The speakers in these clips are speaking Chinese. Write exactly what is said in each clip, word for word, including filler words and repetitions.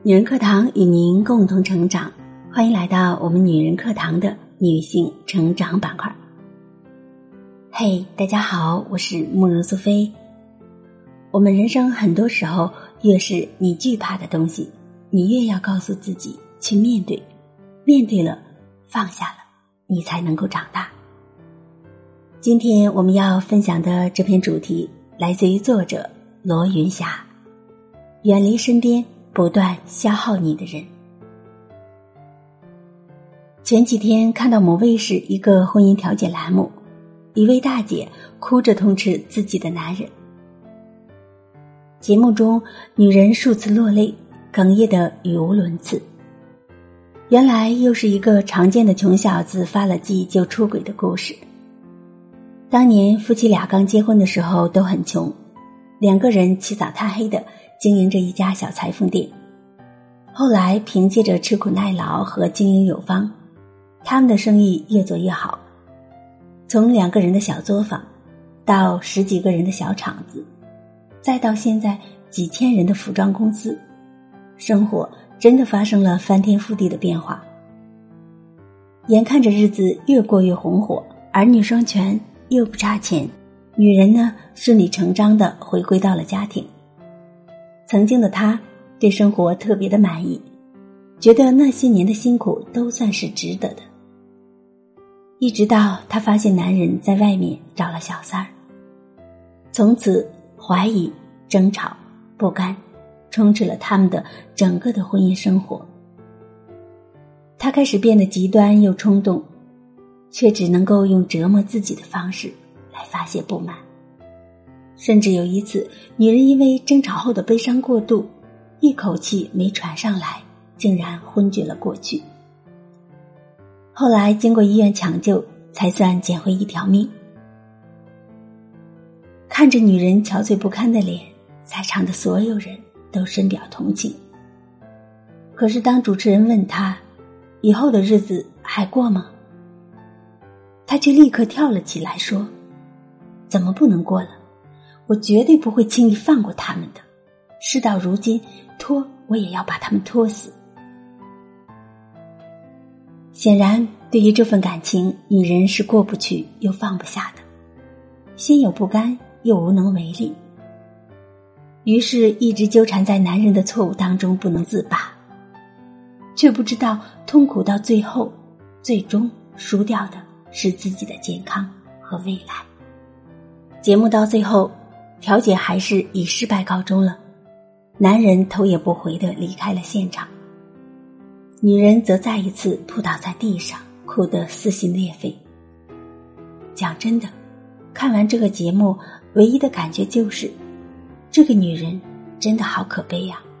女人课堂与您共同成长，欢迎来到我们女人课堂的女性成长板块。嘿、hey, 大家好，我是慕容苏菲。我们人生很多时候，越是你惧怕的东西，你越要告诉自己去面对，面对了，放下了，你才能够长大。今天我们要分享的这篇主题来自于作者罗云霞，远离身边不断消耗你的人。前几天看到某卫视一个婚姻调解栏目，一位大姐哭着痛斥自己的男人。节目中女人数次落泪，哽咽得语无伦次。原来又是一个常见的穷小子发了迹就出轨的故事。当年夫妻俩刚结婚的时候都很穷，两个人起早贪黑的经营着一家小裁缝店。后来凭借着吃苦耐劳和经营有方，他们的生意越做越好，从两个人的小作坊到十几个人的小厂子，再到现在几千人的服装公司，生活真的发生了翻天覆地的变化。眼看着日子越过越红火，儿女双全，又不差钱，女人呢顺理成章地回归到了家庭。曾经的她对生活特别的满意，觉得那些年的辛苦都算是值得的。一直到她发现男人在外面找了小三儿，从此怀疑、争吵、不甘充斥了他们的整个的婚姻生活。她开始变得极端又冲动，却只能够用折磨自己的方式来发泄不满。甚至有一次，女人因为争吵后的悲伤过度，一口气没喘上来，竟然昏厥了过去。后来经过医院抢救，才算捡回一条命。看着女人憔悴不堪的脸，在场的所有人都深表同情。可是当主持人问她以后的日子还过吗，她却立刻跳了起来说，怎么不能过了，我绝对不会轻易放过他们的，事到如今，拖我也要把他们拖死。显然对于这份感情，女人是过不去又放不下的，心有不甘又无能为力，于是一直纠缠在男人的错误当中不能自拔，却不知道痛苦到最后，最终输掉的是自己的健康和未来。节目到最后，调解还是以失败告终了，男人头也不回地离开了现场，女人则再一次扑倒在地上，哭得撕心裂肺。讲真的，看完这个节目，唯一的感觉就是这个女人真的好可悲呀、啊。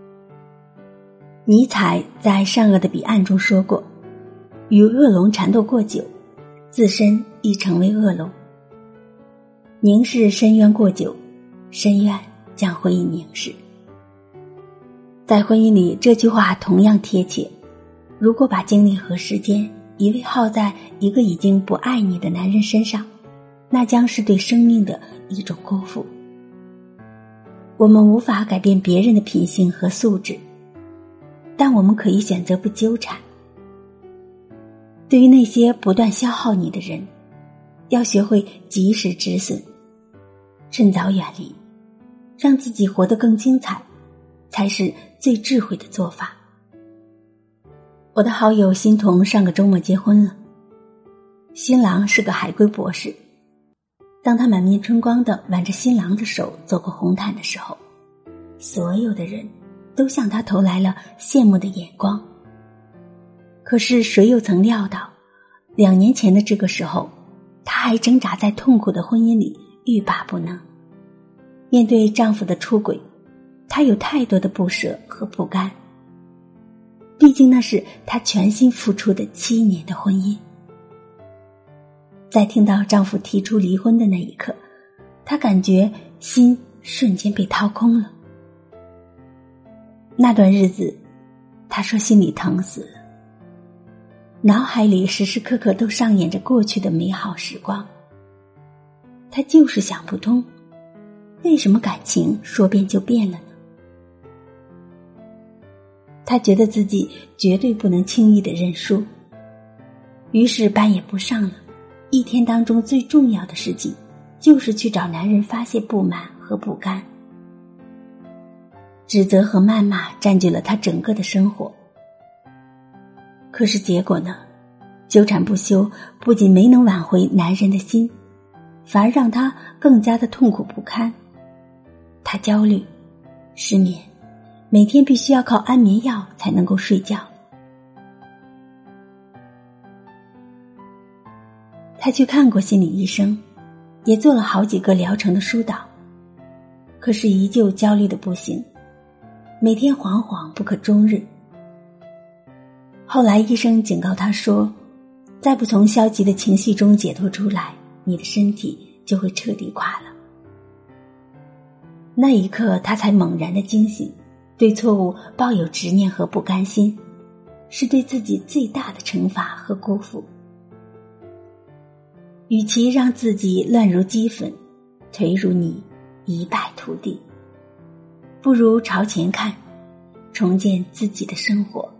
尼采在《善恶的彼岸》中说过，与恶龙缠斗过久，自身亦成为恶龙。凝视深渊过久，深渊将婚姻凝视。在婚姻里，这句话同样贴切，如果把精力和时间一味耗在一个已经不爱你的男人身上，那将是对生命的一种辜负。我们无法改变别人的品性和素质，但我们可以选择不纠缠。对于那些不断消耗你的人，要学会及时止损，趁早远离，让自己活得更精彩，才是最智慧的做法。我的好友欣桐上个周末结婚了，新郎是个海归博士。当他满面春光地挽着新郎的手走过红毯的时候，所有的人都向他投来了羡慕的眼光。可是谁又曾料到，两年前的这个时候，她还挣扎在痛苦的婚姻里欲罢不能。面对丈夫的出轨，她有太多的不舍和不甘，毕竟那是她全心付出的七年的婚姻。在听到丈夫提出离婚的那一刻，她感觉心瞬间被掏空了。那段日子，她说心里疼死了，脑海里时时刻刻都上演着过去的美好时光。她就是想不通，为什么感情说变就变了呢？ 他觉得自己绝对不能轻易的认输，于是班也不上了。一天当中最重要的事情就是去找男人发泄不满和不甘。指责和谩骂占据了他整个的生活。可是结果呢？纠缠不休不仅没能挽回男人的心，反而让他更加的痛苦不堪。他焦虑、失眠，每天必须要靠安眠药才能够睡觉。他去看过心理医生，也做了好几个疗程的疏导，可是依旧焦虑的不行，每天惶惶不可终日。后来医生警告他说，再不从消极的情绪中解脱出来，你的身体就会彻底垮了。那一刻他才猛然的惊醒，对错误抱有执念和不甘心，是对自己最大的惩罚和辜负。与其让自己乱如齑粉，颓如泥，一败涂地，不如朝前看，重建自己的生活。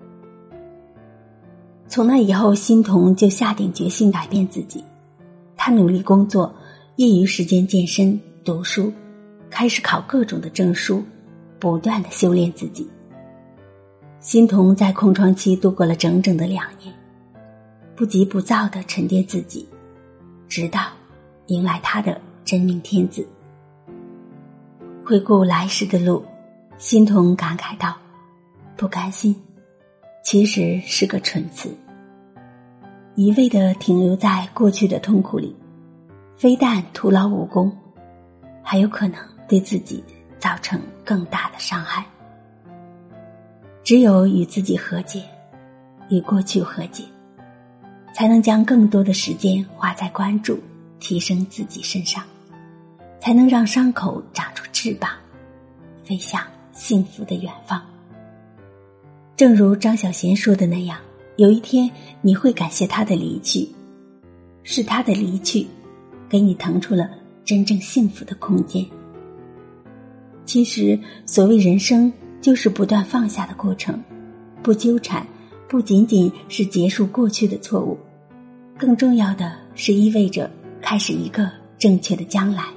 从那以后，欣桐就下定决心改变自己。他努力工作，业余时间健身、读书，开始考各种的证书，不断的修炼自己。欣桐在空窗期度过了整整的两年，不急不躁地沉淀自己，直到迎来他的真命天子。回顾来时的路，欣桐感慨道，不甘心其实是个蠢词，一味地停留在过去的痛苦里，非但徒劳无功，还有可能对自己造成更大的伤害。只有与自己和解，与过去和解，才能将更多的时间花在关注、提升自己身上，才能让伤口长出翅膀，飞向幸福的远方。正如张小娴说的那样，有一天你会感谢他的离去，是他的离去给你腾出了真正幸福的空间。其实所谓人生，就是不断放下的过程，不纠缠，不仅仅是结束过去的错误，更重要的是意味着开始一个正确的将来。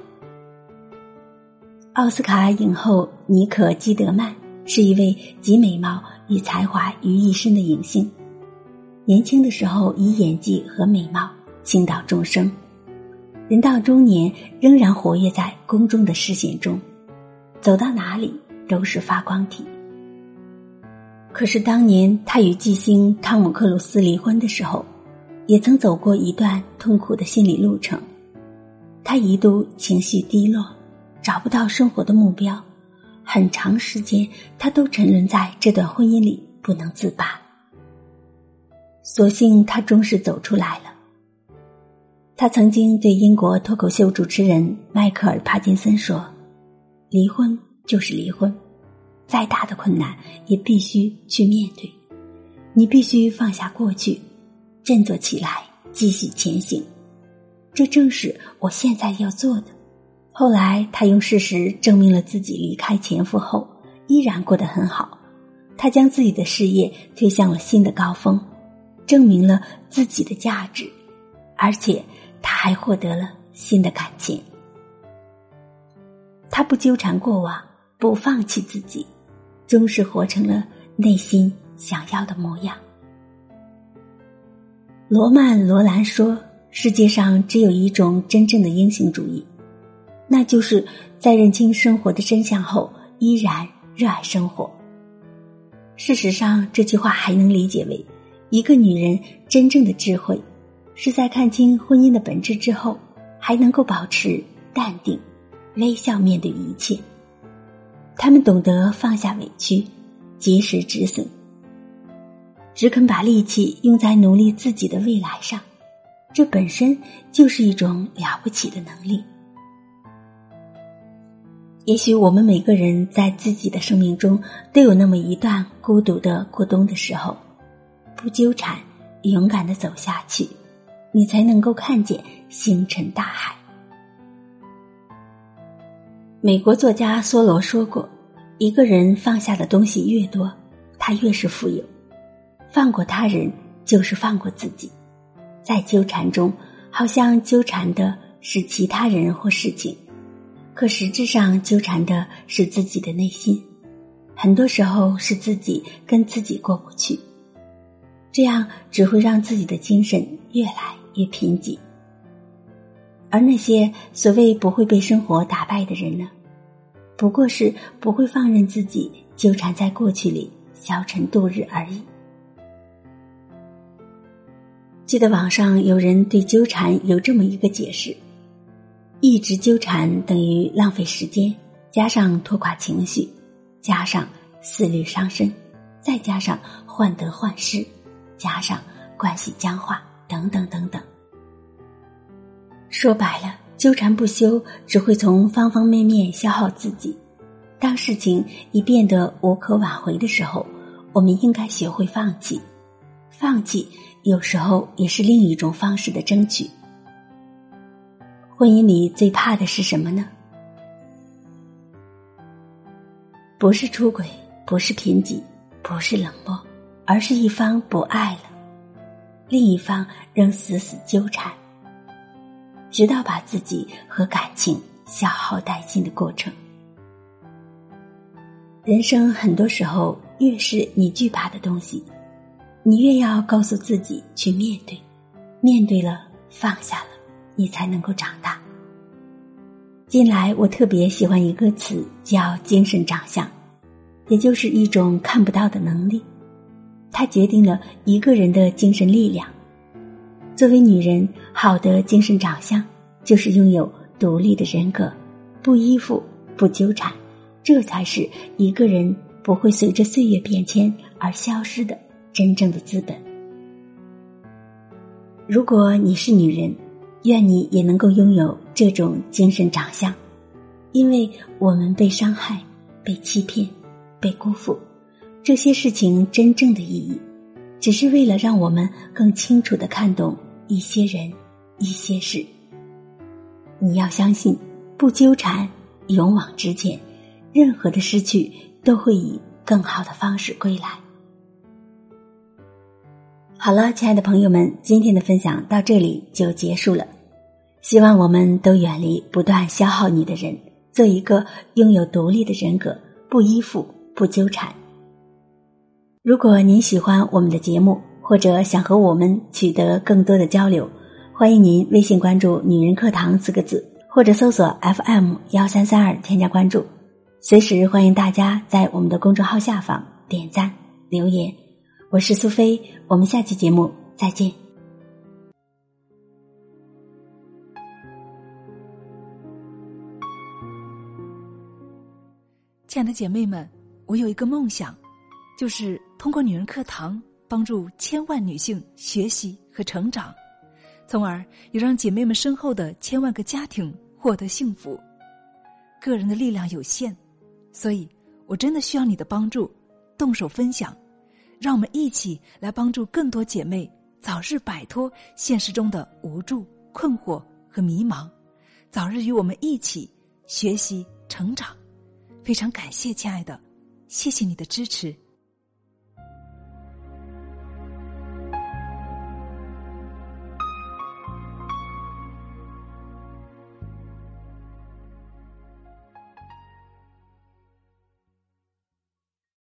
奥斯卡影后妮可·基德曼是一位集美貌与才华于一身的影星，年轻的时候以演技和美貌倾倒众生，人到中年仍然活跃在公众的视线中，走到哪里都是发光体。可是当年他与巨星汤姆·克鲁斯离婚的时候，也曾走过一段痛苦的心理路程。他一度情绪低落，找不到生活的目标，很长时间他都沉沦在这段婚姻里不能自拔。所幸他终是走出来了。他曾经对英国脱口秀主持人迈克尔·帕金森说，离婚就是离婚，再大的困难也必须去面对，你必须放下过去，振作起来，继续前行。这正是我现在要做的。后来他用事实证明了自己离开前夫后依然过得很好，他将自己的事业推向了新的高峰，证明了自己的价值，而且他还获得了新的感情。他不纠缠过往，不放弃自己，终是活成了内心想要的模样。罗曼·罗兰说，世界上只有一种真正的英雄主义，那就是在认清生活的真相后依然热爱生活。事实上，这句话还能理解为，一个女人真正的智慧是在看清婚姻的本质之后，还能够保持淡定微笑面对一切。她们懂得放下委屈，及时止损，只肯把力气用在努力自己的未来上，这本身就是一种了不起的能力。也许我们每个人在自己的生命中都有那么一段孤独的过冬的时候，不纠缠，勇敢地走下去，你才能够看见星辰大海。美国作家梭罗说过，一个人放下的东西越多， 他越是富有。放过他人就是放过自己。在纠缠中，好像纠缠的是其他人或事情，可实质上纠缠的是自己的内心。很多时候是自己跟自己过不去，这样只会让自己的精神越来越贫瘠。而那些所谓不会被生活打败的人呢，不过是不会放任自己纠缠在过去里消沉度日而已。记得网上有人对纠缠有这么一个解释：一直纠缠等于浪费时间，加上拖垮情绪，加上思虑伤身，再加上患得患失，加上关系僵化，等等等等。说白了，纠缠不休只会从方方面面消耗自己。当事情已变得无可挽回的时候，我们应该学会放弃。放弃有时候也是另一种方式的争取。婚姻里最怕的是什么呢？不是出轨，不是贫瘠，不是冷漠，而是一方不爱了，另一方仍死死纠缠，直到把自己和感情消耗殆尽的过程。人生很多时候越是你惧怕的东西，你越要告诉自己去面对，面对了，放下了，你才能够长大。近来我特别喜欢一个词，叫精神长相，也就是一种看不到的能力，它决定了一个人的精神力量。作为女人，好的精神长相就是拥有独立的人格，不依附，不纠缠，这才是一个人不会随着岁月变迁而消失的真正的资本。如果你是女人，愿你也能够拥有这种精神长相，因为我们被伤害，被欺骗，被辜负，这些事情真正的意义，只是为了让我们更清楚地看懂一些人，一些事。你要相信，不纠缠，勇往直前，任何的失去都会以更好的方式归来。好了，亲爱的朋友们，今天的分享到这里就结束了。希望我们都远离不断消耗你的人，做一个拥有独立的人格，不依附，不纠缠。如果您喜欢我们的节目，或者想和我们取得更多的交流，欢迎您微信关注女人课堂四个字，或者搜索 F M 一三三二 添加关注。随时欢迎大家在我们的公众号下方点赞留言。我是苏菲，我们下期节目再见。 亲爱的姐妹们，我有一个梦想，就是通过女人课堂帮助千万女性学习和成长，从而也让姐妹们身后的千万个家庭获得幸福。个人的力量有限，所以我真的需要你的帮助，动手分享，让我们一起来帮助更多姐妹早日摆脱现实中的无助、困惑和迷茫，早日与我们一起学习成长。非常感谢亲爱的，谢谢你的支持。